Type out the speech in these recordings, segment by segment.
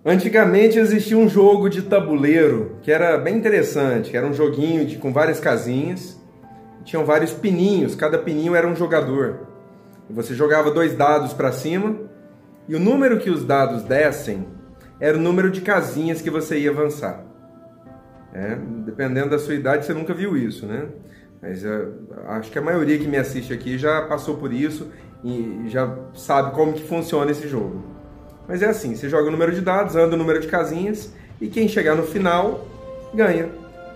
Antigamente existia um jogo de tabuleiro que era bem interessante, que era um joguinho com várias casinhas, tinham vários pininhos, cada pininho era um jogador. Você jogava 2 dados para cima e o número que os dados dessem era o número de casinhas que você ia avançar. Dependendo da sua idade, você nunca viu isso, né? Mas acho que a maioria que me assiste aqui já passou por isso e já sabe como que funciona esse jogo. Mas é assim, você joga o número de dados, anda o número de casinhas e quem chegar no final ganha.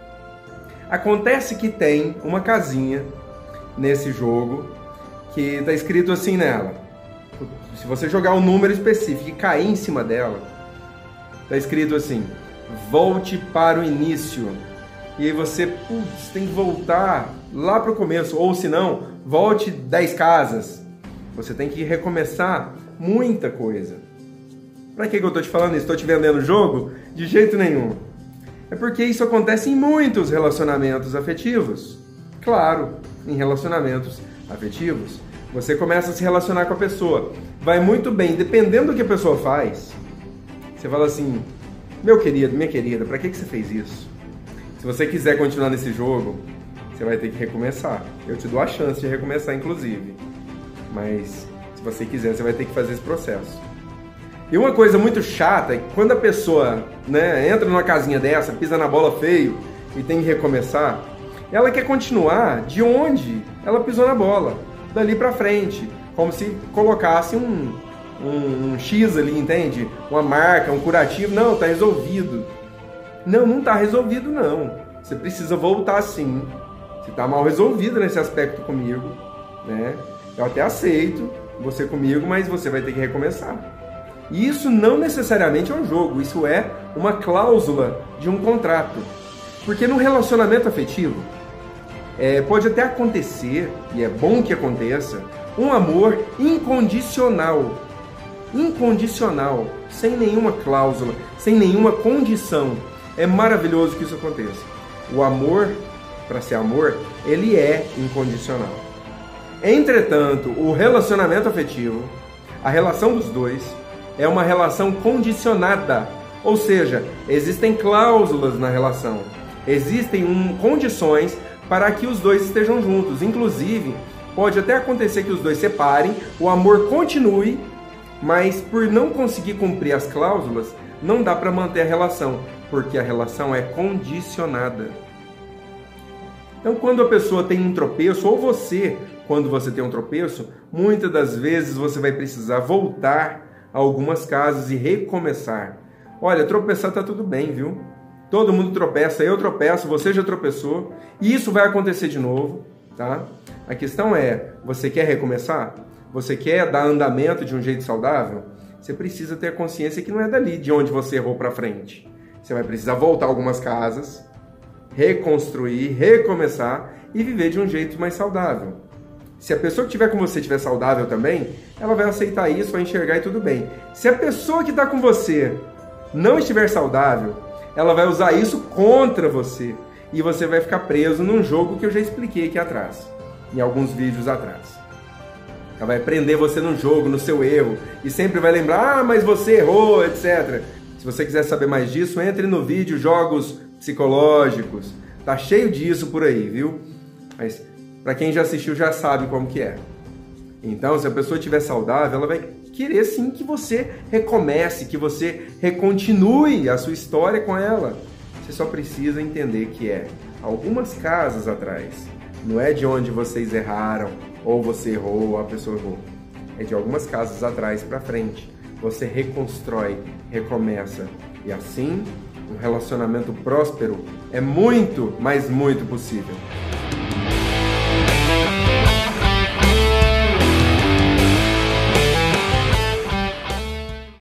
Acontece que tem uma casinha nesse jogo que está escrito assim nela. Se você jogar um número específico e cair em cima dela, está escrito assim: volte para o início. E aí você tem que voltar lá para o começo, ou se não, volte 10 casas. Você tem que recomeçar muita coisa. Para que eu estou te falando isso? Estou te vendendo o jogo? De jeito nenhum. É porque isso acontece em muitos relacionamentos afetivos. Claro, em relacionamentos afetivos. Você começa a se relacionar com a pessoa. Vai muito bem, dependendo do que a pessoa faz. Você fala assim: meu querido, minha querida, para que você fez isso? Se você quiser continuar nesse jogo, você vai ter que recomeçar. Eu te dou a chance de recomeçar, inclusive. Mas, se você quiser, você vai ter que fazer esse processo. E uma coisa muito chata é que quando a pessoa entra numa casinha dessa, pisa na bola feio e tem que recomeçar, ela quer continuar de onde ela pisou na bola, dali pra frente. Como se colocasse um X ali, entende? Uma marca, um curativo. Não, tá resolvido. Não tá resolvido não. Você precisa voltar sim. Você tá mal resolvido nesse aspecto comigo, né? Eu até aceito você comigo, mas você vai ter que recomeçar. E isso não necessariamente é um jogo, isso é uma cláusula de um contrato. Porque no relacionamento afetivo, pode até acontecer, e é bom que aconteça, um amor incondicional. Incondicional, sem nenhuma cláusula, sem nenhuma condição. É maravilhoso que isso aconteça. O amor, para ser amor, ele é incondicional. Entretanto, o relacionamento afetivo, a relação dos dois, é uma relação condicionada. Ou seja, existem cláusulas na relação. Existem condições para que os dois estejam juntos. Inclusive, pode até acontecer que os dois separem, o amor continue, mas por não conseguir cumprir as cláusulas, não dá para manter a relação, porque a relação é condicionada. Então, quando a pessoa tem um tropeço, ou você, quando você tem um tropeço, muitas das vezes você vai precisar voltar a algumas casas e recomeçar. Olha, tropeçar tá tudo bem, viu? Todo mundo tropeça, eu tropeço, você já tropeçou, e isso vai acontecer de novo, tá? A questão é, você quer recomeçar? Você quer dar andamento de um jeito saudável? Você precisa ter a consciência que não é dali de onde você errou para frente. Você vai precisar voltar algumas casas, reconstruir, recomeçar e viver de um jeito mais saudável. Se a pessoa que estiver com você estiver saudável também, ela vai aceitar isso, vai enxergar e tudo bem. Se a pessoa que está com você não estiver saudável, ela vai usar isso contra você. E você vai ficar preso num jogo que eu já expliquei aqui atrás, em alguns vídeos atrás. Ela vai prender você no jogo, no seu erro, e sempre vai lembrar: ah, mas você errou, etc. Se você quiser saber mais disso, entre no vídeo Jogos Psicológicos. Tá cheio disso por aí, viu? Mas para quem já assistiu já sabe como que é. Então, se a pessoa estiver saudável, ela vai querer sim que você recomece, que você recontinue a sua história com ela. Você só precisa entender que algumas casas atrás. Não é de onde vocês erraram, ou você errou, ou a pessoa errou. É de algumas casas atrás para frente. Você reconstrói, recomeça. E assim, um relacionamento próspero é muito, mas muito possível.